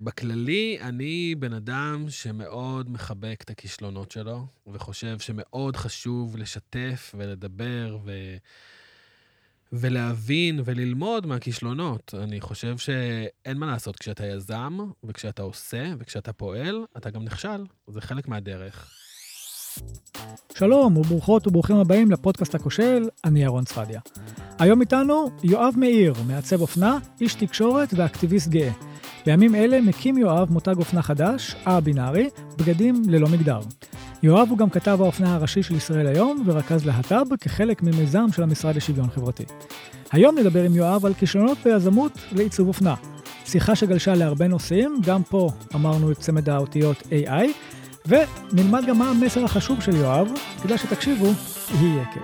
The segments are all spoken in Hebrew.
בכללי, אני בן אדם שמאוד מחבק את הכישלונות שלו, וחושב שמאוד חשוב לשתף ולדבר ולהבין וללמוד מהכישלונות. אני חושב שאין מה לעשות כשאתה יזם, וכשאתה עושה, וכשאתה פועל, אתה גם נכשל. זה חלק מהדרך. שלום וברוכות וברוכים הבאים לפודקאסט הכושל, אני ירון צפדיה. היום איתנו יואב מאיר, מעצב אופנה, איש תקשורת ואקטיביסט גאה. בימים אלה מקים יואב מותג אופנה חדש, א-בינארי, בגדים ללא מגדר. יואב הוא גם כתב האופנה הראשי של ישראל היום ורכז להט"ב כחלק ממיזם של המשרד לשוויון חברתי. היום נדבר עם יואב על כישלונות ויזמות לעיצוב אופנה. שיחה שגלשה להרבה נושאים, גם פה אמרנו את צמד האותיות AI, ונלמד גם מה המסר החשוב של יואב, כדי שתקשיבו, יהיה כיף.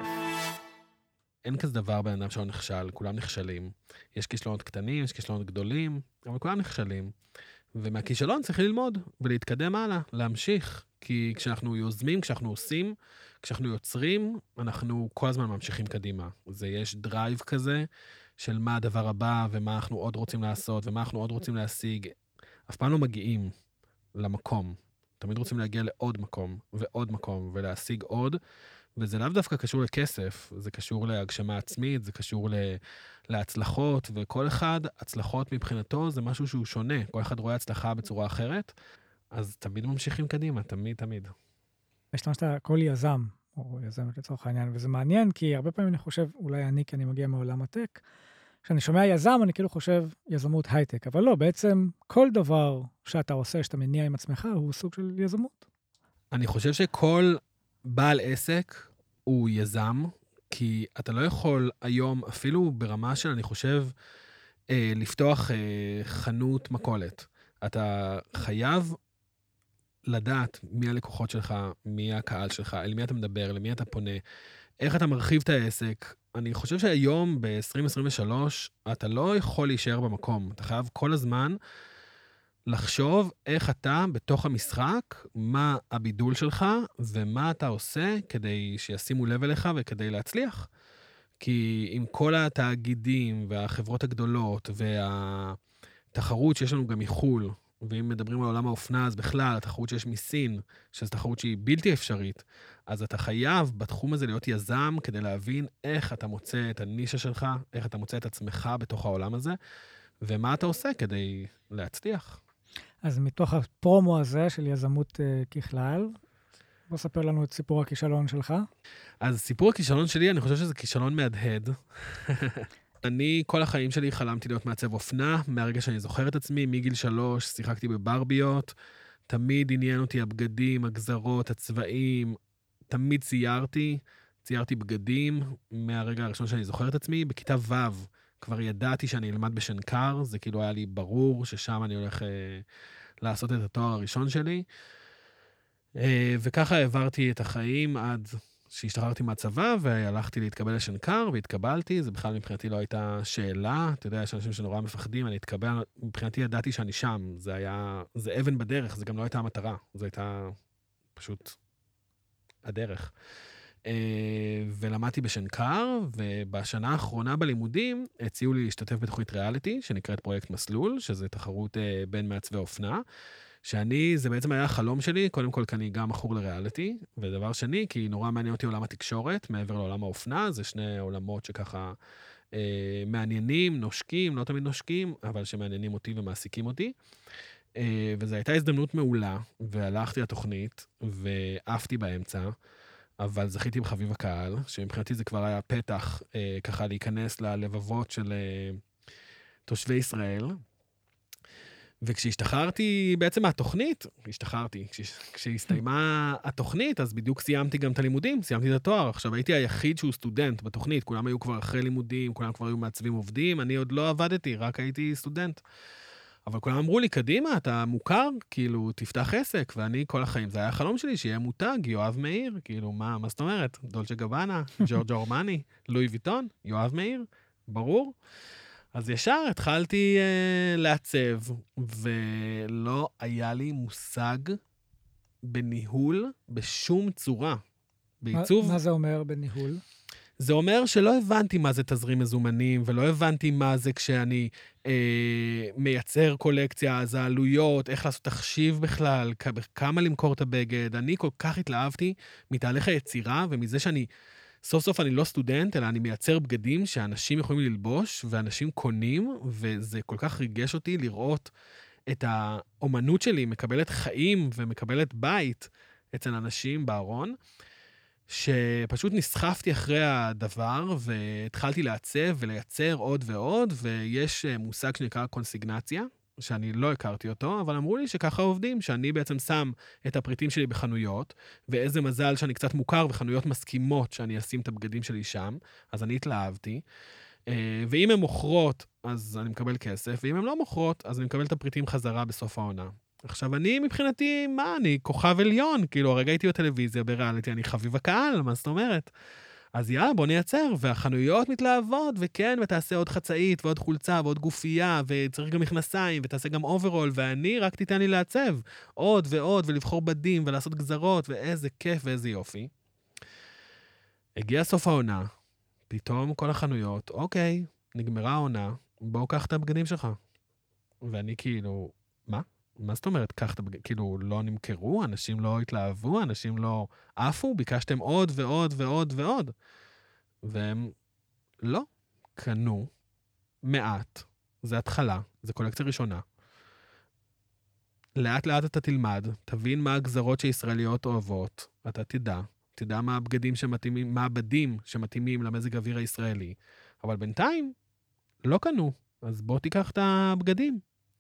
אין כזה דבר בן אדם שלא נכשל, כולם נכשלים. יש כישלונות קטנים, יש כישלונות גדולים, אבל כולם נכשלים. ומהכישלון צריך ללמוד ולהתקדם הלאה, להמשיך. כי כשאנחנו יוזמים, כשאנחנו עושים, כשאנחנו יוצרים, אנחנו כל הזמן ממשיכים קדימה. יש דרייב כזה של מה הדבר הבא, ומה אנחנו עוד רוצים לעשות, ומה אנחנו עוד רוצים להשיג. אף פעם לא מגיעים למקום. תמיד רוצים להגיע לעוד מקום, ועוד מקום, ולהשיג עוד, וזה לאו דווקא קשור לכסף, זה קשור להגשמה עצמית, זה קשור להצלחות, וכל אחד, הצלחות מבחינתו זה משהו שהוא שונה, כל אחד רואה הצלחה בצורה אחרת, אז תמיד ממשיכים קדימה, תמיד. השתמשת כל יזם, או יזמת לצורך העניין, וזה מעניין, כי הרבה פעמים אני חושב, אולי אני, כי אני מגיע מעולם הטק, כשאני שומע יזם, אני כאילו חושב יזמות הייטק, אבל לא, בעצם כל דבר שאתה עושה, שאתה מניע עם עצמך, הוא סוג של יזמות. אני חושב שכל בעל עסק הוא יזם, כי אתה לא יכול היום, אפילו ברמה של, אני חושב, לפתוח חנות מכולת. אתה חייב לדעת מי הלקוחות שלך, מי הקהל שלך, אל מי אתה מדבר, למי אתה פונה, איך אתה מרחיב את העסק. אני חושב שהיום, ב-2023, אתה לא יכול להישאר במקום. אתה חייב כל הזמן לחשוב איך אתה בתוך המשחק, מה הבידול שלך, ומה אתה עושה כדי שישימו לב אליך וכדי להצליח. כי עם כל התאגידים והחברות הגדולות והתחרות שיש לנו גם מחול, ואם מדברים על עולם האופנה, אז בכלל, התחרות שיש מסין, שזו תחרות שהיא בלתי אפשרית, אז אתה חייב בתחום הזה להיות יזם כדי להבין איך אתה מוצא את הנישה שלך, איך אתה מוצא את עצמך בתוך העולם הזה, ומה אתה עושה כדי להצליח. אז מתוך הפרומו הזה של יזמות ככלל, בוא ספר לנו את סיפור הכישלון שלך. אז סיפור הכישלון שלי, אני חושב שזה כישלון מהדהד. אני כל החיים שלי חלמתי להיות מעצב אופנה, מהרגע שאני זוכר את עצמי, מגיל 3, שיחקתי בברביות, תמיד עניין אותי הבגדים, הגזרות, הצבעים, תמיד ציירתי בגדים, מהרגע הראשון שאני זוכר את עצמי, בכיתה ו' כבר ידעתי שאני אלמד בשנקר, זה כאילו היה לי ברור ששם אני הולך לעשות את התואר הראשון שלי, וככה העברתי את החיים עד שהשתחררתי מהצבא, והלכתי להתקבל לשנקר, והתקבלתי, זה בכלל מבחינתי לא הייתה שאלה, אתה יודע, יש אנשים שנורא מפחדים, אני אתקבל, מבחינתי ידעתי שאני שם, זה אבן בדרך, זה גם לא הייתה המטרה, זה הייתה פשוט הדרך. ולמדתי בשנקר, ובשנה האחרונה בלימודים הציעו לי להשתתף בתוכנית ריאליטי, שנקראת פרויקט מסלול, שזה תחרות בין מעצבי אופנה, זה בעצם היה החלום שלי, קודם כל כי אני גם מכור לריאליטי, ודבר שני, כי נורא מעניין אותי עולם התקשורת, מעבר לעולם האופנה, זה שני עולמות שככה מעניינים, נושקים, לא תמיד נושקים, אבל שמעניינים אותי ומעסיקים אותי. וזו הייתה הזדמנות מעולה, והלכתי לתוכנית, ועפתי באמצע, אבל זכיתי בחביב הקהל, שמבחינתי זה כבר היה פתח ככה להיכנס ללבבות של תושבי ישראל. וכשהשתחררתי בעצם מהתוכנית, כשהסתיימה התוכנית, אז בדיוק סיימתי גם את הלימודים, סיימתי את התואר. עכשיו הייתי היחיד שהוא סטודנט בתוכנית, כולם היו כבר אחרי לימודים, כולם כבר היו מעצבים עובדים, אני עוד לא עבדתי, רק הייתי סטודנט. אבל כולם אמרו לי, קדימה, אתה מוכר, כאילו, תפתח עסק, ואני כל החיים, זה היה החלום שלי, שיהיה מותג, יואב מאיר, כאילו, מה זאת אומרת? דולצ'ה גבאנה, ג'ורג'ו ארמני, לואי ויטון, יואב מאיר, ברור. אז ישר התחלתי לעצב, ולא היה לי מושג בניהול בשום צורה. בעיצוב... מה זה אומר בניהול? זה אומר שלא הבנתי מה זה תזרים מזומנים, ולא הבנתי מה זה כשאני מייצר קולקציה, אז העלויות, איך לעשות תחשיב בכלל, כמה למכור את הבגד. אני כל כך התלהבתי מתהליך היצירה, ומזה שאני, סוף סוף אני לא סטודנט, אלא אני מייצר בגדים שאנשים יכולים ללבוש, ואנשים קונים, וזה כל כך ריגש אותי לראות את האומנות שלי מקבלת חיים ומקבלת בית אצל אנשים בארון, שפשוט נסחפתי אחרי הדבר, והתחלתי לעצב ולייצר עוד ועוד, ויש מושג שנקרא קונסיגנציה, שאני לא הכרתי אותו, אבל אמרו לי שככה עובדים, שאני בעצם שם את הפריטים שלי בחנויות, ואיזה מזל שאני קצת מוכר, וחנויות מסכימות שאני אשים את הבגדים שלי שם, אז אני התלהבתי. ואם הן מוכרות, אז אני מקבל כסף, ואם הן לא מוכרות, אז אני מקבל את הפריטים חזרה בסוף העונה. עכשיו, אני מבחינתי, מה, אני כוכב עליון, כאילו, הרגע הייתי בטלוויזיה, בריאליטי, אני חביב הקהל, מה זאת אומרת? אז יאללה, בוא נייצר, והחנויות מתלהבות, וכן, ותעשה עוד חצאית, ועוד חולצה, ועוד גופייה, וצריך גם מכנסיים, ותעשה גם אוברול, ואני רק תיתן לי לעצב עוד ועוד, ולבחור בדים, ולעשות גזרות, ואיזה כיף ואיזה יופי. הגיע סוף העונה, פתאום כל החנויות, אוקיי, נגמרה העונה, בואו קח את הבגדים שלך. ואני כאילו, מה? מה זאת אומרת, קח את הבגדים? כאילו, לא נמכרו, אנשים לא התלהבו, אנשים לא עפו, ביקשתם עוד ועוד ועוד ועוד. והם לא קנו מעט. זה התחלה, זה קולקציה ראשונה. לאט לאט אתה תלמד, תבין מה הגזרות שישראליות אוהבות, אתה תדע מה הבגדים שמתאימים, מה הבדים שמתאימים למזג האוויר הישראלי. אבל בינתיים לא קנו, אז בוא תיקח את הבגדים.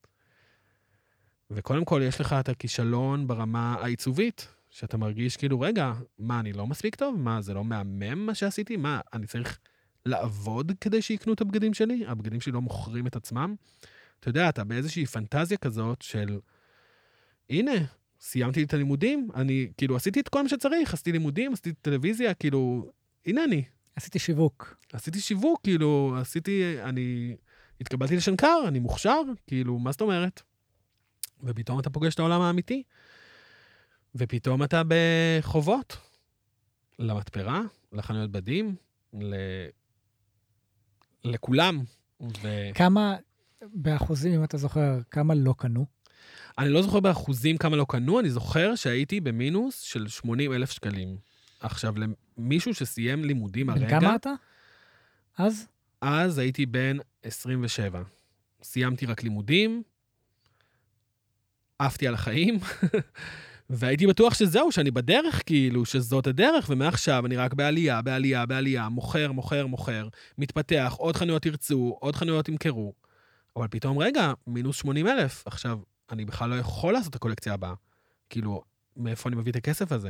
וקודם כל יש לך את הכישלון ברמה העיצובית, שאתה מרגיש כאילו, רגע, מה, אני לא מספיק טוב? מה, זה לא מהמם מה שעשיתי? מה, אני צריך לעבוד כדי שיקנו את הבגדים שלי? הבגדים שלי לא מוכרים את עצמם? אתה יודע, אתה באיזושהי פנטזיה כזאת של, הנה, סיימתי את הלימודים, אני כאילו עשיתי את כל מה שצריך, עשיתי לימודים, עשיתי טלוויזיה, כאילו, הנה אני. עשיתי שיווק, כאילו, אני התקבלתי לשנקר, אני מוכשר, כאילו, מה זאת אומרת? ופתאום אתה פוגש את העולם האמיתי, ופתאום אתה בחובות, למתפרה, לחנויות בדים, לכולם. כמה, באחוזים, אם אתה זוכר, כמה לא קנו? אני לא זוכר באחוזים כמה לא קנו, אני זוכר שהייתי במינוס של 80,000 שקלים. עכשיו, למישהו שסיים לימודים הרגע... בן כמה אתה? אז? אז הייתי בן 27. סיימתי רק לימודים, עפתי על החיים, והייתי בטוח שזהו, שאני בדרך כאילו, שזאת הדרך, ומעכשיו אני רק בעלייה, מוכר, מתפתח, עוד חנויות ירצו, עוד חנויות ימכרו. אבל פתאום, רגע, מינוס 80,000. עכשיו, אני בכלל לא יכול לעשות את הקולקציה הבאה. כאילו, מאיפה אני מביא את הכסף הזה?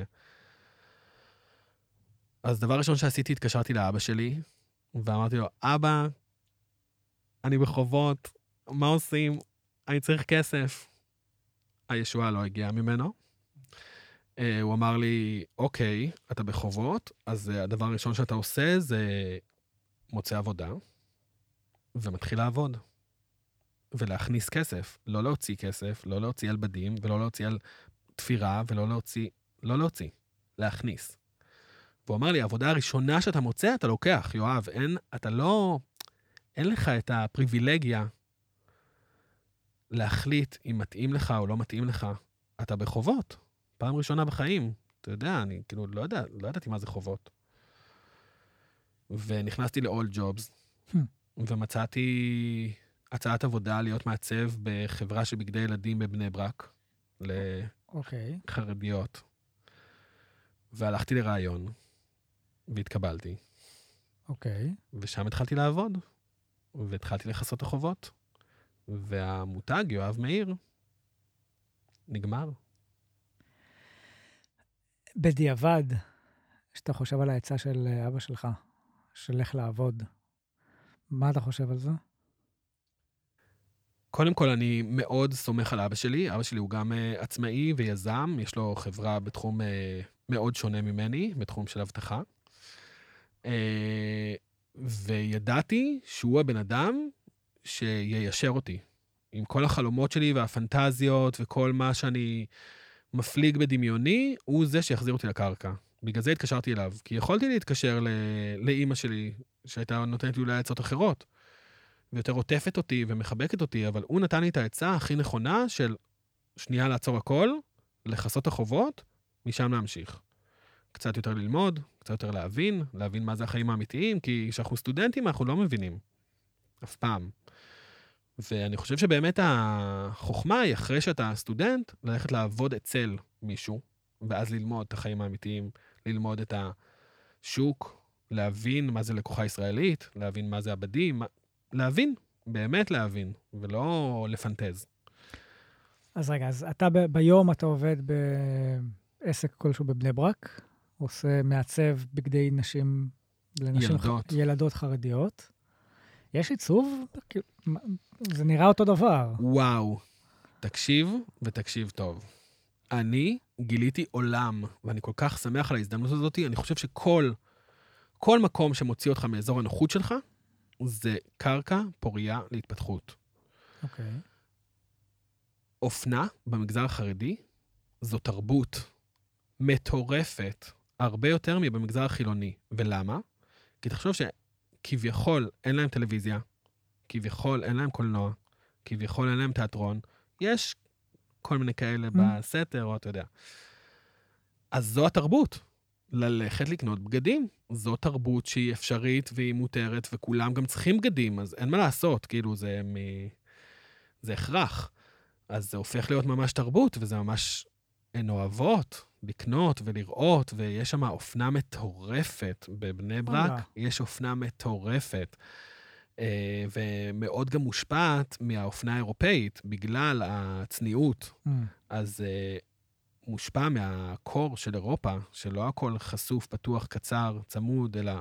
אז דבר ראשון שעשיתי, התקשרתי לאבא שלי, ואמרתי לו, אבא, אני בחובות, מה עושים? אני צריך כסף. הישועה לא הגיעה ממנו. הוא אמר לי, אוקיי, אתה בחובות, אז הדבר הראשון שאתה עושה זה מוצא עבודה, ומתחיל לעבוד. ולהכניס כסף, לא להוציא כסף, לא להוציא על בדים, ולא להוציא על תפירה, ולא להוציא, להכניס. והוא אמר לי, העבודה הראשונה שאתה מוצא, אתה לוקח, יואב, אין לך את הפריבילגיה להחליט אם מתאים לך או לא מתאים לך. אתה בחובות, פעם ראשונה בחיים. אתה יודע, אני כאילו לא ידעתי מה זה חובות. ונכנסתי ל-All Jobs, ומצאתי הצעת עבודה להיות מעצב בחברה של בגדי ילדים בבני ברק, לחרדיות. והלכתי לרעיון, והתקבלתי. ושם התחלתי לעבוד, והתחלתי לחסות החובות. והמותג, יואב מאיר, נגמר. בדיעבד, שאתה חושב על העצה של אבא שלך, של איך לעבוד, מה אתה חושב על זה? קודם כל, אני מאוד סומך על אבא שלי. אבא שלי הוא גם עצמאי ויזם, יש לו חברה בתחום מאוד שונה ממני, בתחום של הבטחה. וידעתי שהוא הבן אדם שיישר אותי. עם כל החלומות שלי והפנטזיות וכל מה שאני מפליג בדמיוני, הוא זה שיחזיר אותי לקרקע. בגלל זה התקשרתי אליו, כי יכולתי להתקשר לאמא שלי, שהייתה נותנת לי אולי עצות אחרות, ויותר עוטפת אותי ומחבקת אותי, אבל הוא נתן לי את העצה הכי נכונה של שנייה לעצור הכל, לחסות החובות, משם להמשיך. קצת יותר ללמוד, קצת יותר להבין מה זה החיים האמיתיים, כי כשאנחנו סטודנטים אנחנו לא מבינים. אף פעם. ואני חושב שבאמת החוכמה היא אחרי שאתה סטודנט, ללכת לעבוד אצל מישהו, ואז ללמוד את החיים האמיתיים, ללמוד את השוק, להבין מה זה לקוחה ישראלית, להבין מה זה עבדים, להבין, באמת להבין, ולא לפנטז. אז רגע, אז אתה ביום אתה עובד בעסק כלשהו בבני ברק, עושה מעצב בגדי נשים לנשים ילדות חרדיות. יש עיצוב? זה נראה אותו דבר. וואו, תקשיב ותקשיב טוב. אני גיליתי עולם, ואני כל כך שמח על ההזדמנות הזאת, אני חושב שכל מקום שמוציא אותך מאזור הנוחות שלך, זה קרקע פוריה להתפתחות. אוקיי. אופנה במגזר החרדי, זו תרבות מטורפת, הרבה יותר מבמגזר החילוני. ולמה? כי תחשוב שכביכול אין להם טלוויזיה, כביכול אין להם קולנוע, כביכול אין להם תיאטרון, יש כל מיני כאלה בסתר, או אתה יודע. אז זו התרבות. ללכת לקנות בגדים. זו תרבות שהיא אפשרית והיא מותרת, וכולם גם צריכים בגדים, אז אין מה לעשות, כאילו זה הכרח. אז זה הופך להיות ממש תרבות, וזה ממש הן אוהבות לקנות ולראות, ויש שם אופנה מטורפת בבני ברק, יש אופנה מטורפת, ומאוד גם מושפעת מהאופנה האירופאית, בגלל הצניעות. אז מושפע מהקור של אירופה, שלא הכל חשוף, פתוח, קצר, צמוד, אלא...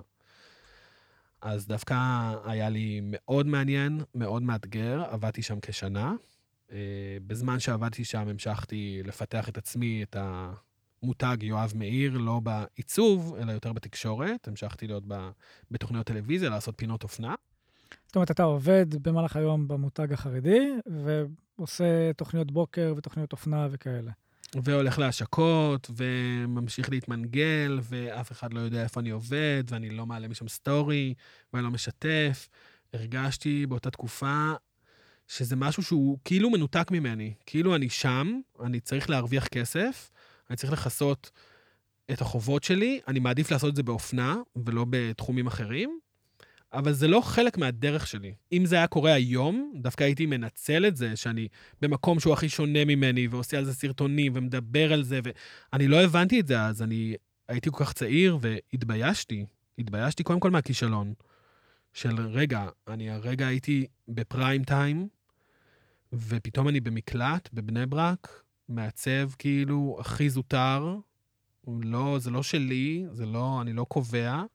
אז דווקא היה לי מאוד מעניין, מאוד מאתגר, עבדתי שם כשנה. בזמן שעבדתי שם המשכתי לפתח את עצמי, את המותג יואב מאיר, לא בעיצוב, אלא יותר בתקשורת. המשכתי להיות בתוכניות טלוויזיה, לעשות פינות אופנה. זאת אומרת, אתה עובד במהלך היום במותג החרדי, ועושה תוכניות בוקר ותוכניות אופנה וכאלה. והולך להשקות, וממשיך להתמנגל, ואף אחד לא יודע איפה אני עובד, ואני לא מעלה משם סטורי, ואני לא משתף. הרגשתי באותה תקופה שזה משהו שהוא כאילו מנותק ממני. כאילו אני שם, אני צריך להרוויח כסף, אני צריך לחסות את החובות שלי, אני מעדיף לעשות את זה באופנה, ולא בתחומים אחרים, אבל זה לא חלק מהדרך שלי. אם זה היה קורה היום, דווקא הייתי מנצל את זה, שאני במקום שהוא הכי שונה ממני, ועושה על זה סרטונים, ומדבר על זה, ואני לא הבנתי את זה אז, אני הייתי כל כך צעיר, והתביישתי. התביישתי קודם כל מהכישלון. של רגע, אני הרגע הייתי בפריים טיים, ופתאום אני במקלט, בבני ברק, מעצב כאילו הכי זוטר, לא, זה לא שלי, זה לא, אני לא קובע,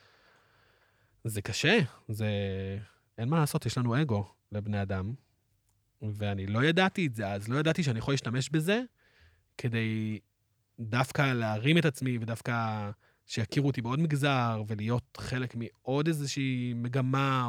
זה קשה, אין מה לעשות, יש לנו אגו לבני אדם, ואני לא ידעתי את זה, אז לא ידעתי שאני יכול להשתמש בזה, כדי דווקא להרים את עצמי, ודווקא שיכירו אותי בעוד מגזר, ולהיות חלק מעוד איזושהי מגמה,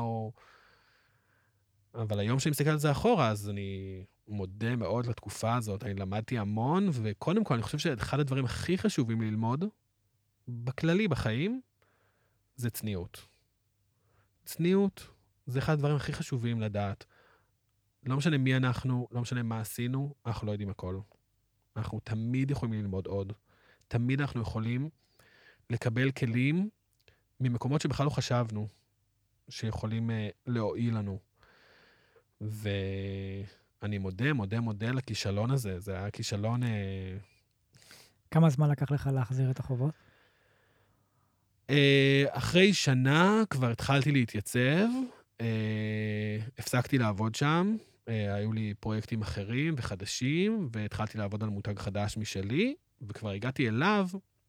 אבל היום שאני מסתכל על זה אחורה, אז אני מודה מאוד לתקופה הזאת, אני למדתי המון, וקודם כל אני חושב שאחד הדברים הכי חשובים ללמוד, בכללי בחיים, זה צניעות. צניעות זה אחד הדברים הכי חשובים לדעת. לא משנה מי אנחנו, לא משנה מה עשינו, אנחנו לא יודעים הכל. אנחנו תמיד יכולים ללמוד עוד. תמיד אנחנו יכולים לקבל כלים ממקומות שבכלל לא חשבנו, שיכולים להועיל לנו. ואני מודה לכישלון הזה. זה היה כישלון... כמה זמן לקח לך להחזיר את החובות? אחרי שנה כבר התחלתי להתייצב, הפסקתי לעבוד שם, היו לי פרויקטים אחרים וחדשים, והתחלתי לעבוד על מותג חדש משלי, וכבר הגעתי אליו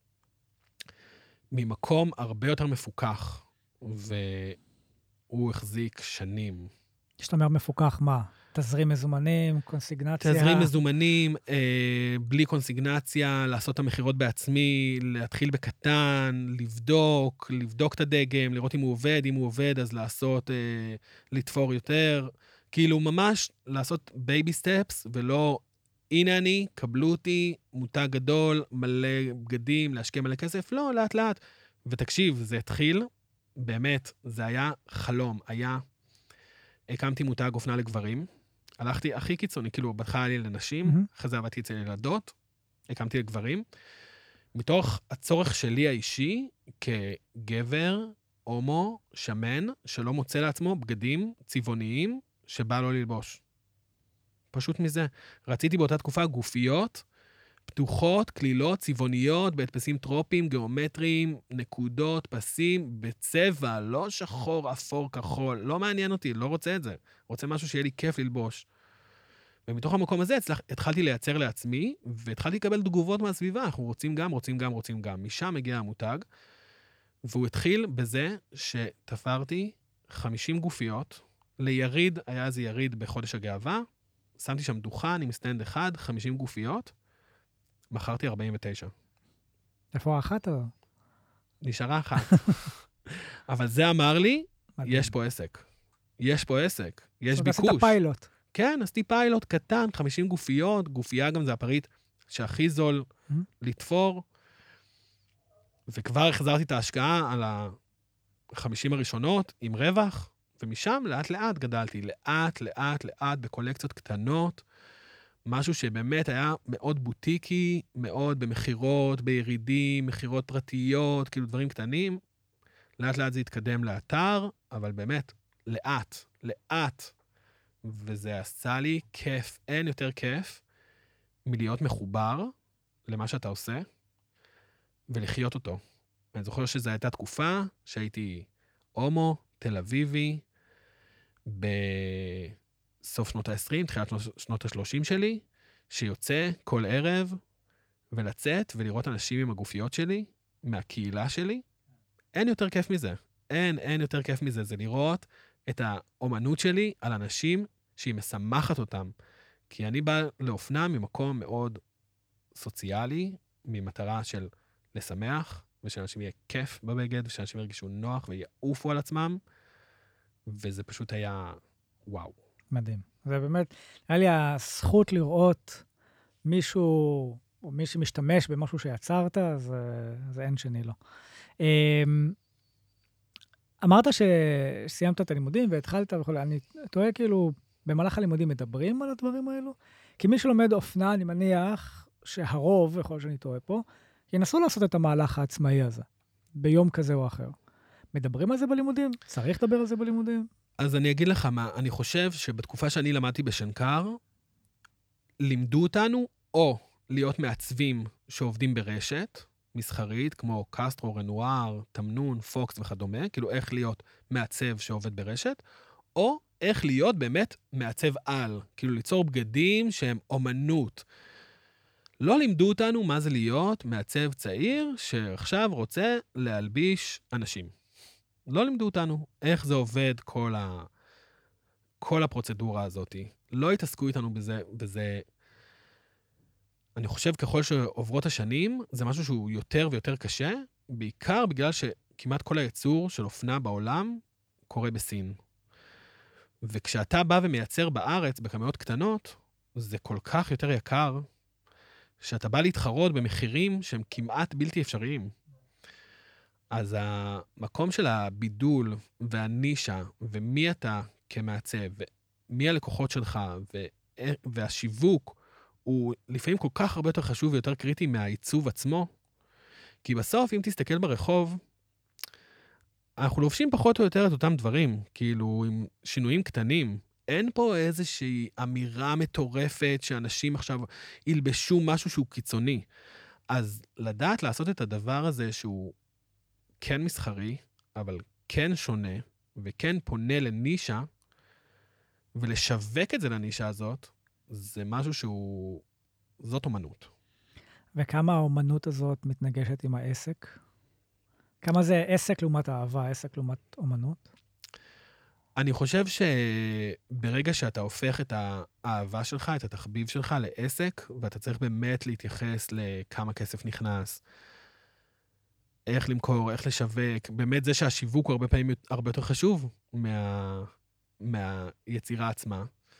ממקום הרבה יותר מפוקח, והוא החזיק שנים. שאתה אומר מפוקח מה? תזרים מזומנים, קונסיגנציה? תזרים מזומנים, בלי קונסיגנציה, לעשות את המחירות בעצמי, להתחיל בקטן, לבדוק את הדגם, לראות אם הוא עובד, אז לעשות, לתפור יותר, כאילו ממש לעשות בייבי סטפס, ולא הנה אני, קבלו אותי, מותג גדול, מלא בגדים, להשקיע מלא כסף, לא, לאט לאט. ותקשיב, זה התחיל, באמת, זה היה חלום, הקמתי מותג אופנה לגברים, הלכתי הכי קיצוני, כאילו, בהתחלה לי לנשים, אחרי זה עבדתי אצל ילדות, הקמתי לגברים, מתוך הצורך שלי האישי, כגבר, הומו, שמן, שלא מוצא לעצמו בגדים צבעוניים, שבא לו ללבוש. פשוט מזה. רציתי באותה תקופה גופיות, פתוחות, כלילות, צבעוניות, בהדפסים טרופיים, גיאומטריים, נקודות, פסים, בצבע, לא שחור, אפור, כחול, לא מעניין אותי, לא רוצה את זה. רוצה משהו שיהיה לי כיף ללבוש. ומתוך המקום הזה התחלתי לייצר לעצמי, והתחלתי לקבל תגובות מהסביבה, אנחנו רוצים גם. משם הגיע המותג, והוא התחיל בזה שתפרתי 50 גופיות, ליריד, היה איזה יריד בחודש הגאווה, שמתי שם דוכן עם סטנד אחד, 50 גופיות, מכרתי 49. איפה האחת או? נשארה אחת. אבל זה אמר לי, מדהים. יש פה עסק. יש זאת ביקוש. עשית פיילוט. כן, עשיתי פיילוט קטן, 50 גופיות, גופייה גם זה הפריט שהכי זול לתפור, וכבר החזרתי את ההשקעה על ה-50 הראשונות עם רווח, ומשם לאט לאט גדלתי, לאט בקולקציות קטנות, משהו שבאמת היה מאוד בוטיקי, מאוד במחירות, בירידים, מחירות פרטיות, כאילו דברים קטנים. לאט לאט זה התקדם לאתר, אבל באמת, לאט. וזה עשה לי כיף, אין יותר כיף, מלהיות מחובר למה שאתה עושה, ולחיות אותו. אני זוכר שזו הייתה תקופה שהייתי הומו, תל אביבי, בסוף שנות ה-20, תחילת שנות ה-30 שלי, שיוצא כל ערב ולצאת ולראות אנשים עם הגופיות שלי, מהקהילה שלי. אין יותר כיף מזה. אין יותר כיף מזה. זה לראות את האומנות שלי על אנשים שהיא משמחת אותם. כי אני בא לאופנה ממקום מאוד סוציאלי, ממטרה של לשמח, ושאנשים יהיה כיף בבגד, ושאנשים ירגישו נוח ויעופו על עצמם, וזה פשוט היה וואו. מדהים. זה באמת, היה לי הזכות לראות מישהו, או מי שמשתמש במשהו שיצרת, זה אין שני לו. אמרת שסיימת את הלימודים והתחלת וכו', אני תוהה כאילו, במהלך הלימודים מדברים על הדברים האלו? כי מי שלומד אופנה, אני מניח שהרוב, יכול שאני טועה פה, ינסו לעשות את המהלך העצמאי הזה, ביום כזה או אחר. מדברים על זה בלימודים? צריך לדבר על זה בלימודים? אז אני אגיד לך מה, אני חושב שבתקופה שאני למדתי בשנקר, לימדו אותנו או להיות מעצבים שעובדים ברשת, מסחרית, כמו קסטרו, רנואר, תמנון, פוקס וכדומה, כאילו איך להיות מעצב שעובד ברשת, או איך להיות באמת מעצב על, כאילו ליצור בגדים שהם אומנות. לא לימדו אותנו מה זה להיות מעצב צעיר שעכשיו רוצה להלביש אנשים. לא לימדו אותנו איך זה עובד כל הפרוצדורה הזאת. לא התעסקו איתנו בזה, וזה... אני חושב ככל שעוברות השנים, זה משהו שהוא יותר ויותר קשה, בעיקר בגלל שכמעט כל הייצור של אופנה בעולם קורה בסין. וכשאתה בא ומייצר בארץ בכמויות קטנות, זה כל כך יותר יקר, שאתה בא להתחרות במחירים שהם כמעט בלתי אפשריים. אז המקום של הבידול והנישה, ומי אתה כמעצב, ומי הלקוחות שלך, והשיווק, הוא לפעמים כל כך הרבה יותר חשוב ויותר קריטי מהעיצוב עצמו, כי בסוף, אם תסתכל ברחוב, אנחנו לובשים פחות או יותר את אותם דברים, כאילו עם שינויים קטנים. אין פה איזושהי אמירה מטורפת שאנשים עכשיו ילבשו משהו שהוא קיצוני. אז לדעת לעשות את הדבר הזה שהוא כן מסחרי, אבל כן שונה, וכן פונה לנישה, ולשווק את זה לנישה הזאת, זה משהו שהוא... זאת אומנות. וכמה האומנות הזאת מתנגשת עם העסק? כמה זה עסק לעומת אהבה, עסק לעומת אומנות? אני חושב שברגע שאתה הופך את האהבה שלך, את התחביב שלך לעסק, ואתה צריך באמת להתייחס לכמה כסף נכנס, איך למכור, איך לשווק, באמת זה שהשיווק הוא הרבה פעמים הרבה יותר חשוב מהיצירה עצמה,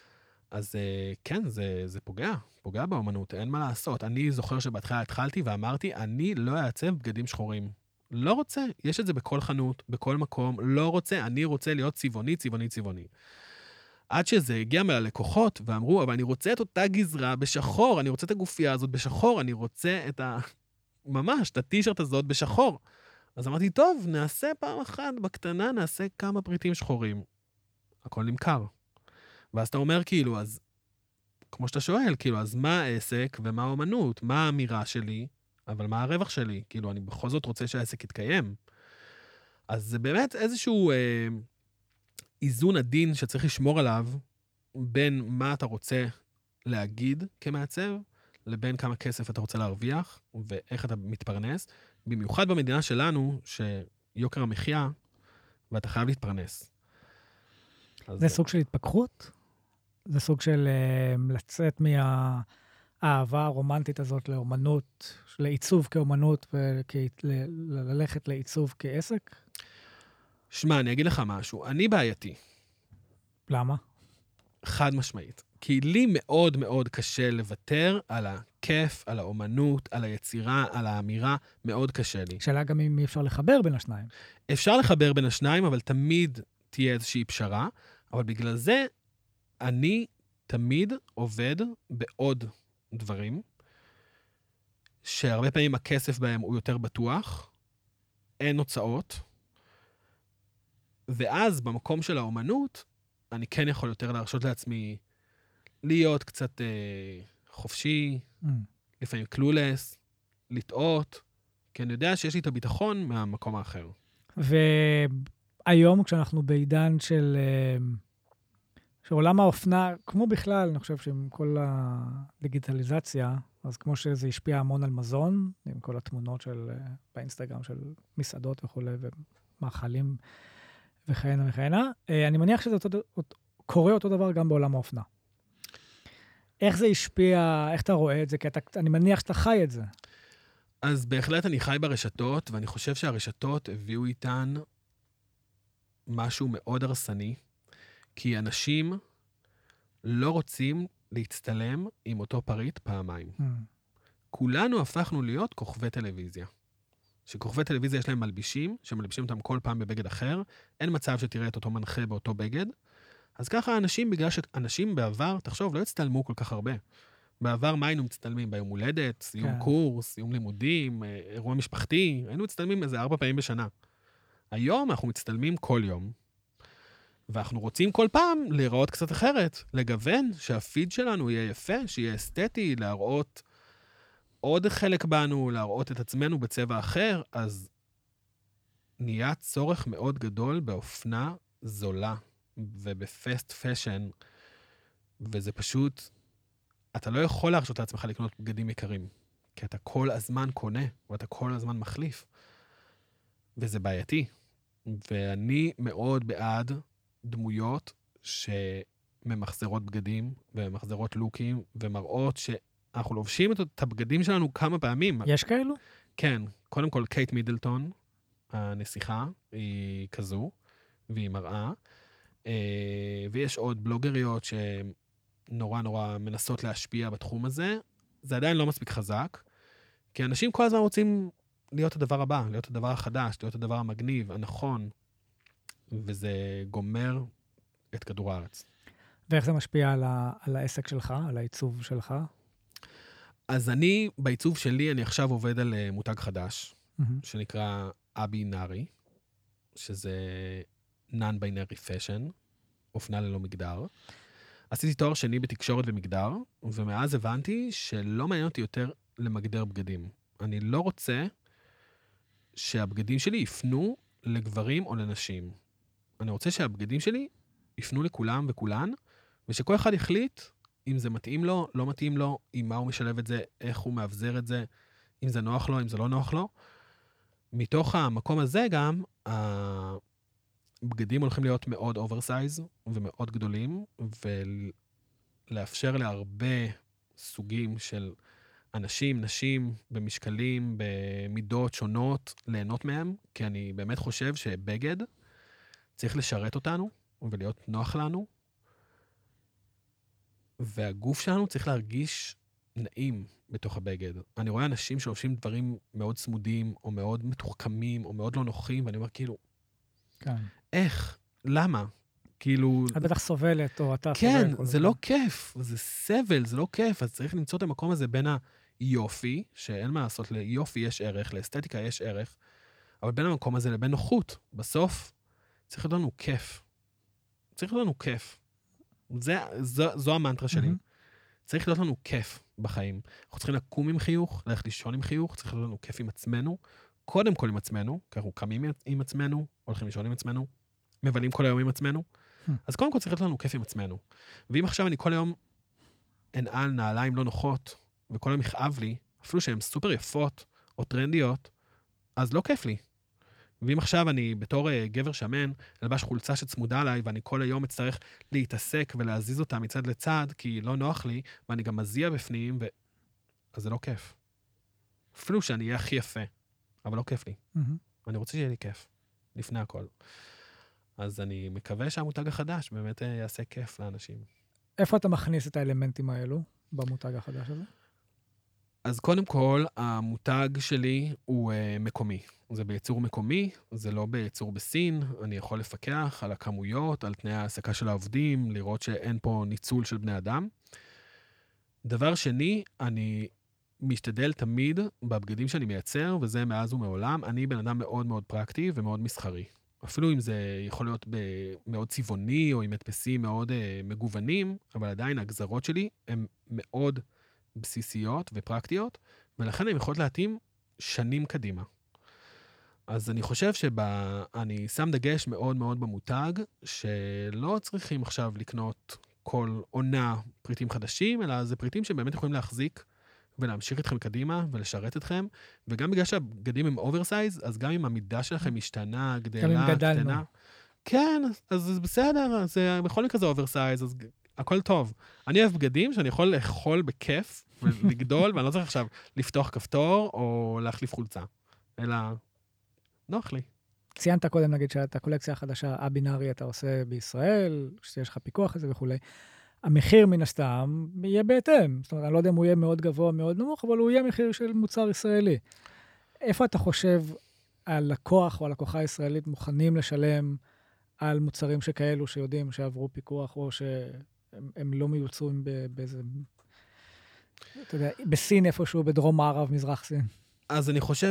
אז כן, זה פוגע באמנות, אין מה לעשות. אני זוכר שבהתחלה התחלתי ואמרתי, אני לא אעצב בגדים שחורים. לא רוצה, יש את זה בכל חנות, בכל מקום, לא רוצה, אני רוצה להיות צבעוני, צבעוני, צבעוני. עד שזה הגיע מהלקוחות ואמרו, אבל אני רוצה את אותה גזרה בשחור, אני רוצה את הגופייה הזאת בשחור, אני רוצה ממש, את הטישרט הזאת בשחור. אז אמרתי, טוב, נעשה פעם אחת בקטנה, נעשה כמה פריטים שחורים. הכל נמכר. ואז אתה אומר, כאילו, אז, כמו שאתה שואל, כאילו, אז מה העסק ומה האמנות? מה האמירה שלי, אבל מה הרווח שלי? כאילו, אני בכל זאת רוצה שהעסק יתקיים. אז זה באמת איזשהו איזון עדין שצריך לשמור עליו, בין מה אתה רוצה להגיד כמעצב, לבין כמה כסף אתה רוצה להרוויח, ואיך אתה מתפרנס. במיוחד במדינה שלנו, שיוקר המחיה, ואתה חייב להתפרנס. זה סוג של התפכחות? זה סוג של לצאת מהאהבה הרומנטית הזאת לאומנות, לעיצוב כאומנות, וללכת לעיצוב כעסק? שמע, אני אגיד לך משהו. אני בעייתי. למה? חד משמעית. כי לי מאוד מאוד קשה לוותר על הכיף, על האומנות, על היצירה, על האמירה, מאוד קשה לי. שאלה גם אם אפשר לחבר בין השניים. אפשר לחבר בין השניים, אבל תמיד תהיה איזושהי פשרה, אבל בגלל זה אני תמיד עובד בעוד דברים, שהרבה פעמים הכסף בהם הוא יותר בטוח, אין הוצאות, ואז במקום של האומנות, אני כן יכול יותר להרשות לעצמי להיות קצת חופשי, לפעמים קלולס, לטעות, כי אני יודע שיש לי את הביטחון מהמקום האחר. והיום, כשאנחנו בעידן של שעולם האופנה, כמו בכלל, אני חושב שעם כל הדיגיטליזציה, אז כמו שזה השפיע המון על מזון, עם כל התמונות של באינסטגרם של מסעדות וכו' ומאכלים וכהנה וכהנה, אני מניח שזה קורה אותו דבר גם בעולם האופנה. איך זה השפיע, איך אתה רואה את זה? כי אני מניח שאתה חי את זה. אז בהחלט אני חי ברשתות, ואני חושב שהרשתות הביאו איתן משהו מאוד הרסני, כי אנשים לא רוצים להצטלם עם אותו פריט פעמיים. כולנו הפכנו להיות כוכבי טלוויזיה. שכוכבי טלוויזיה יש להם מלבישים, שמלבישים אותם כל פעם בבגד אחר, אין מצב שתראה את אותו מנחה באותו בגד, אז ככה אנשים, בגלל שאנשים בעבר, תחשוב, לא הצטלמו כל כך הרבה. בעבר מה היינו מצטלמים? ביום הולדת, סיום קורס, סיום לימודים, אירוע משפחתי, היינו מצטלמים איזה 4 פעמים בשנה. היום אנחנו מצטלמים כל יום, ואנחנו רוצים כל פעם להיראות קצת אחרת, לגוון, שהפיד שלנו יהיה יפה, שיהיה אסתטי, להראות עוד חלק בנו, להראות את עצמנו בצבע אחר, אז נהיה צורך מאוד גדול באופנה זולה, ובפסט פשן, וזה פשוט, אתה לא יכול להרשות לעצמך לקנות בגדים יקרים, כי אתה כל הזמן קונה, ואתה כל הזמן מחליף, וזה בעייתי. ואני מאוד בעד דמויות שממחזרות בגדים, וממחזרות לוקים, ומראות שאנחנו לובשים את הבגדים שלנו כמה פעמים. יש כאלו? כן. קודם כל, קייט מידלטון, הנסיכה, היא כזו, והיא מראה. ויש עוד בלוגריות שנורא נורא מנסות להשפיע בתחום הזה. זה עדיין לא מספיק חזק, כי אנשים כל הזמן רוצים להיות הדבר הבא, להיות הדבר החדש, להיות הדבר המגניב, הנכון, וזה גומר את כדור הארץ. ואיך זה משפיע על העסק שלך, על העיצוב שלך? אז אני, בעיצוב שלי, אני עכשיו עובד על מותג חדש, שנקרא א-בינארי, שזה non-binary fashion, אופנה ללא מגדר. עשיתי תואר שני בתקשורת ומגדר, ומאז הבנתי שלא מעניין אותי יותר למגדר בגדים. אני לא רוצה שהבגדים שלי יפנו לגברים או לנשים. אני רוצה שהבגדים שלי יפנו לכולם וכולן, ושכל אחד יחליט אם זה מתאים לו, לא מתאים לו, עם מה הוא משלב את זה, איך הוא מאבזר את זה, אם זה נוח לו, אם זה לא נוח לו. מתוך המקום הזה גם, הבגדים הולכים להיות מאוד אוברסייז ומאוד גדולים, ולאפשר להרבה סוגים של אנשים, נשים, במשקלים, במידות שונות, ליהנות מהם, כי אני באמת חושב שבגד צריך לשרת אותנו, ולהיות נוח לנו, והגוף שלנו צריך להרגיש נעים בתוך הבגד. אני רואה אנשים שלובשים דברים מאוד צמודים, או מאוד מתוחכמים, או מאוד לא נוחים, ואני אומר כאילו, כן. איך? למה? כאילו... את בטח סובלת, או אתה כן, סובל. זה לא כיף, זה סבל, זה לא כיף, אז צריך למצוא את המקום הזה בין היופי, שאין מה לעשות, ליופי יש ערך, לאסתטיקה יש ערך, אבל בין המקום הזה לבין נוחות, בסוף צריך להיות לנו כיף. צריך להיות לנו כיף. זו המנטרה שלי. צריך להיות לנו כיף בחיים. אנחנו צריכים לקום עם חיוך, ללכת לישון עם חיוך, צריך להיות לנו כיף עם עצמנו, קודם כל עם עצמנו, כי אנחנו קמים עם עצמנו, הולכים לישון עם עצמנו, מבלים כל היום עם עצמנו, אז קודם כל צריך להיות לנו כיף עם עצמנו. ואם עכשיו אני כל היום אנעל נעליים לא נוחות, וכל היום יכאב לי, אפילו שהן סופר יפות או טרנדיות, אז לא כיף לי. ואם עכשיו אני בתור גבר שמן, אלבש חולצה שצמודה עליי, ואני כל היום אצטרך להתעסק ולהזיז אותה מצד לצד, כי לא נוח לי, ואני גם מזיע בפנים, אז זה לא כיף. אפילו שאני אהיה הכי יפה, אבל לא כיף לי. אני רוצה שיהיה לי כיף, לפני הכל. אז אני מקווה שהמותג החדש באמת יעשה כיף לאנשים. איפה אתה מכניס את האלמנטים האלו במותג החדש הזה? אז קודם כל, המותג שלי הוא מקומי. זה בייצור מקומי, זה לא בייצור בסין. אני יכול לפקח על הכמויות, על תנאי העסקה של העובדים, לראות שאין פה ניצול של בני אדם. דבר שני, אני משתדל תמיד בבגדים שאני מייצר, וזה מאז ומעולם, אני בן אדם מאוד מאוד פרקטי ומאוד מסחרי. אפילו אם זה יכול להיות מאוד צבעוני, או עם הדפסים מאוד מגוונים, אבל עדיין הגזרות שלי הן מאוד בסיסיות ופרקטיות, ולכן הן יכולות להתאים שנים קדימה. אז אני חושב שאני שם דגש מאוד מאוד במותג, שלא צריכים עכשיו לקנות כל עונה פריטים חדשים, אלא זה פריטים שבאמת יכולים להחזיק ולהמשיך אתכם קדימה ולשרת אתכם, וגם בגלל שהבגדים הם אוברסייז, אז גם אם המידה שלכם משתנה, גדלה, קטנה. כן, אז זה בסדר, אז בכל מקרה זה אוברסייז, אז הכל טוב. אני אוהב בגדים שאני יכול לאכול בכיף ולגדול, ואני לא צריך עכשיו לפתוח כפתור או להחליף חולצה, אלא נוח לי. ציינת קודם, נגיד, שאת הקולקציה החדשה, הבינארי, אתה עושה בישראל, שיש לך פיקוח לזה וכו'. המחיר מן הסתם יהיה בהתאם. זאת אומרת, אני לא יודע אם הוא יהיה מאוד גבוה, מאוד נמוך, אבל הוא יהיה מחיר של מוצר ישראלי. איפה אתה חושב הלקוח או הלקוחה הישראלית מוכנים לשלם על מוצרים שכאלו שיודעים שעברו פיקוח, או שהם לא מיוצרים באיזה, אתה יודע, בסין איפשהו, בדרום מערב, מזרח סין? אז אני חושב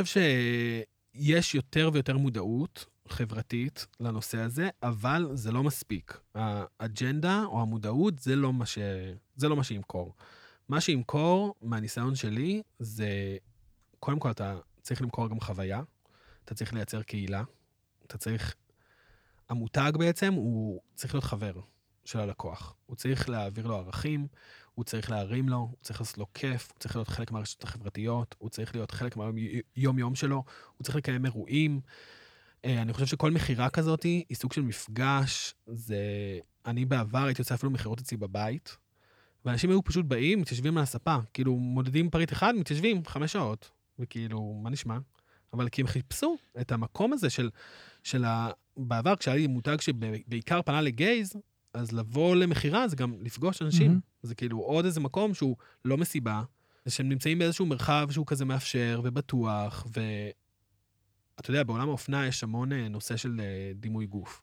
שיש יותר ויותר מודעות חברתית לנושא הזה, אבל זה לא מספיק. האג'נדה או המודעות זה לא מה שימכור. מה שימכור, מהניסיון שלי, זה, קודם כל אתה צריך למכור גם חוויה, אתה צריך לייצר קהילה, אתה צריך, המותג בעצם הוא צריך להיות חבר של הלקוח. הוא צריך להעביר לו ערכים, הוא צריך להרים לו, הוא צריך לעשות לו כיף, הוא צריך להיות חלק מהרשתות החברתיות, הוא צריך להיות חלק מהיום-יום שלו, הוא צריך לקיים אירועים. אני חושב שכל מחירה כזאת היא סוג של מפגש. אני בעבר הייתי יוצא אפילו מחירות אצלי בבית, ואנשים היו פשוט באים, מתיישבים על הספה, כאילו מודדים פריט אחד, מתיישבים 5 שעות, וכאילו, מה נשמע? אבל כי הם חיפשו את המקום הזה בעבר, כשהיה לי מותג שבעיקר פנה לגייז, אז לבוא למחירה זה גם לפגוש אנשים. זה כאילו עוד איזה מקום שהוא לא מסיבה, זה שהם נמצאים באיזשהו מרחב שהוא כזה מאפשר ובטוח, ואתה יודע, בעולם האופנה יש המון נושא של דימוי גוף.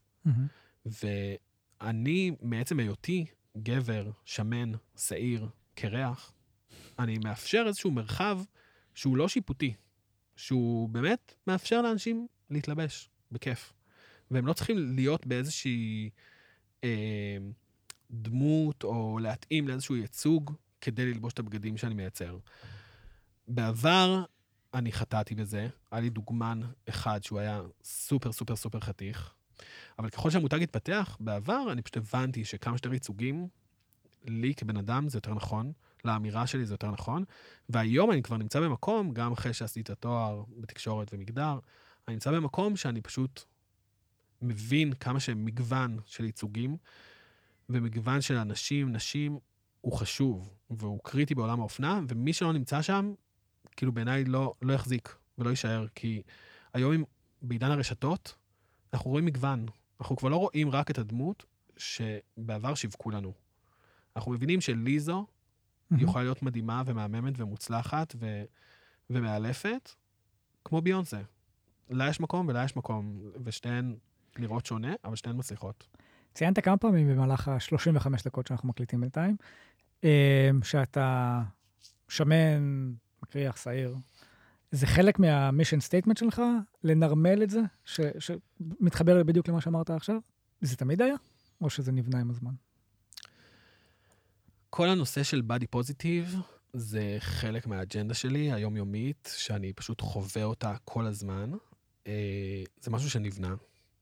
ואני, מעצם היותי גבר, שמן, שעיר, קרח, אני מאפשר איזשהו מרחב שהוא לא שיפוטי, שהוא באמת מאפשר לאנשים להתלבש בכיף. והם לא צריכים להיות באיזושהי דמות או להתאים לאיזשהו ייצוג כדי ללבוש את הבגדים שאני מייצר. בעבר אני חטאתי בזה, היה לי דוגמן אחד שהוא היה סופר סופר סופר חתיך, אבל ככל שהמותג התפתח, בעבר אני פשוט הבנתי שכמה שיותר ייצוגים, לי כבן אדם זה יותר נכון, לאמירה שלי זה יותר נכון, והיום אני כבר נמצא במקום, גם אחרי שעשיתי את התואר בתקשורת ומגדר, אני נמצא במקום שאני פשוט מבין כמה שמגוון של ייצוגים, ומגוון של אנשים, נשים, הוא חשוב, והוא קריטי בעולם האופנה, ומי שלא נמצא שם, כאילו בעיניי לא יחזיק ולא יישאר, כי היום בעידן הרשתות, אנחנו רואים מגוון, אנחנו כבר לא רואים רק את הדמות שבעבר שיווקו לנו. אנחנו מבינים שליזו יכולה להיות מדהימה ומהממת ומוצלחת ומאלפת, כמו ביונסה. לה יש מקום ולה יש מקום, ושתיהן נראות שונה, אבל שתיהן מצליחות. ציינת כמה פעמים במהלך ה-35 דקות שאנחנו מקליטים בינתיים, שאתה שמן, מקריח, שעיר. זה חלק מהמישן סטייטמנט שלך, לנרמל את זה, שמתחבר בדיוק למה שאמרת עכשיו? זה תמיד היה? או שזה נבנה עם הזמן? כל הנושא של body positive זה חלק מהאג'נדה שלי, היומיומית, שאני פשוט חווה אותה כל הזמן. זה משהו שנבנה.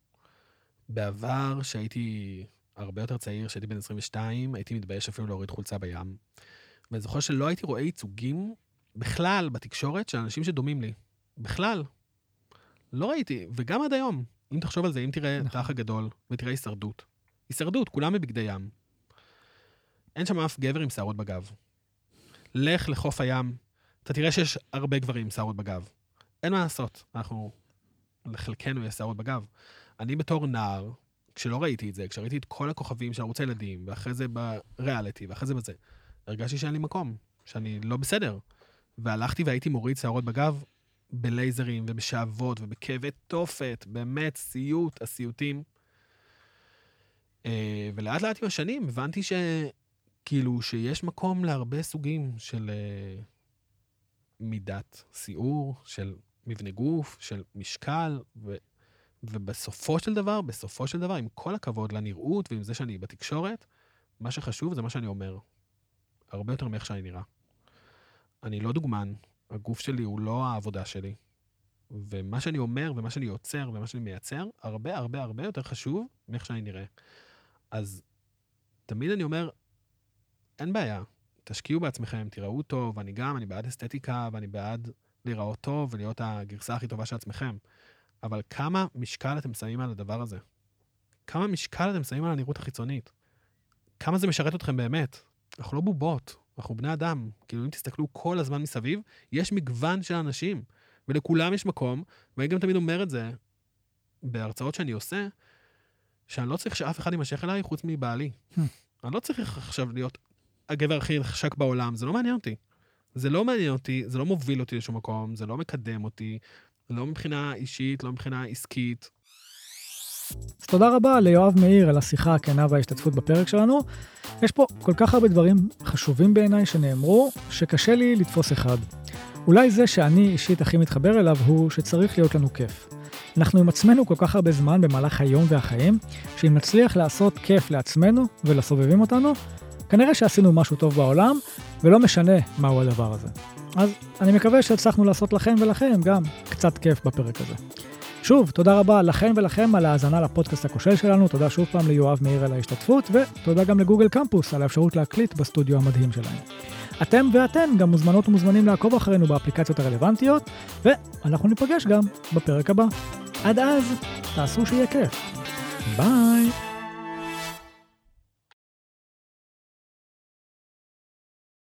בעבר, שהייתי הרבה יותר צעיר, שהייתי בן 22, הייתי מתבייש אפילו להוריד חולצה בים. ואני זוכר שלא הייתי רואה ייצוגים בכלל בתקשורת של אנשים שדומים לי. בכלל. לא ראיתי, וגם עד היום. אם תחשוב על זה, אם תראה את האח הגדול ותראה הישרדות. הישרדות, כולם בבגדי ים. אין שם אף גבר עם שערות בגב. לך לחוף הים, אתה תראה שיש הרבה גברים עם שערות בגב. אין מה לעשות, לחלקנו יש שערות בגב. אני בתור נער, כשלא ראיתי את זה, כשראיתי את כל הכוכבים של ערוץ הילדים, ואחרי זה בריאליטי, ואחרי זה בזה, הרגשתי שאין לי מקום, שאני לא בסדר. והלכתי והייתי מוריד שערות בגב, בלייזרים ובשאבות ובכאבי תופת, באמת, הסיוטים. ולאט לאט עם השנים הבנתי שיש מקום להרבה סוגים של מידת סיעור, של מבנה גוף, של משקל, ובסופו של דבר, עם כל הכבוד לנראות ועם זה שאני בתקשורת, מה שחשוב זה מה שאני אומר. הרבה יותר מאיך שאני נראה. אני לא דוגמן, הגוף שלי הוא לא העבודה שלי. ומה שאני אומר ומה שאני יוצר ומה שאני מייצר, הרבה הרבה הרבה יותר חשוב מאיך שאני נראה. אז תמיד אני אומר, אין בעיה, תשקיעו בעצמכם, תראו טוב, אני בעד אסתטיקה, ואני בעד להיראות טוב ולהיות הגרסה הכי טובה של עצמכם. אבל כמה משקל אתם שמים על הדבר הזה? כמה משקל אתם שמים על הנראות החיצונית? כמה זה משרת אתכם באמת? אנחנו לא בובות, אנחנו בני אדם. כאילו אם תסתכלו כל הזמן מסביב, יש מגוון של אנשים, ולכולם יש מקום, ואני גם תמיד אומר את זה, בהרצאות שאני עושה, שאני לא צריך שאף אחד יימשך אליי חוץ מבעלי. אני לא צריך עכשיו להיות הגבר הכי חשק בעולם, זה לא מעניין אותי. זה לא מוביל אותי לשום מקום, זה לא מקדם אותי, לא מבחינה אישית, לא מבחינה עסקית. אז תודה רבה ליואב מאיר על השיחה הכנה וההשתתפות בפרק שלנו. יש פה כל כך הרבה דברים חשובים בעיניי שנאמרו, שקשה לי לתפוס אחד. אולי זה שאני אישית הכי מתחבר אליו הוא שצריך להיות לנו כיף. אנחנו עם עצמנו כל כך הרבה זמן במהלך היום והחיים, שאם נצליח לעשות כיף לעצמנו ולסובבים אותנו, כנראה שעשינו משהו טוב בעולם, ולא משנה מהו הדבר הזה. אז אני מקווה שהצלחנו לעשות לכם ולכם גם קצת כיף בפרק הזה. שוב, תודה רבה לכם ולכם על ההאזנה לפודקאסט הכושל שלנו, תודה שוב פעם ליואב מאיר על ההשתתפות, ותודה גם לגוגל קמפוס על האפשרות להקליט בסטודיו המדהים שלהם. אתם ואתן גם מוזמנות ומוזמנים לעקוב אחרינו באפליקציות הרלוונטיות, ואנחנו ניפגש גם בפרק הבא. עד אז, תעשו שיהיה כיף. ביי!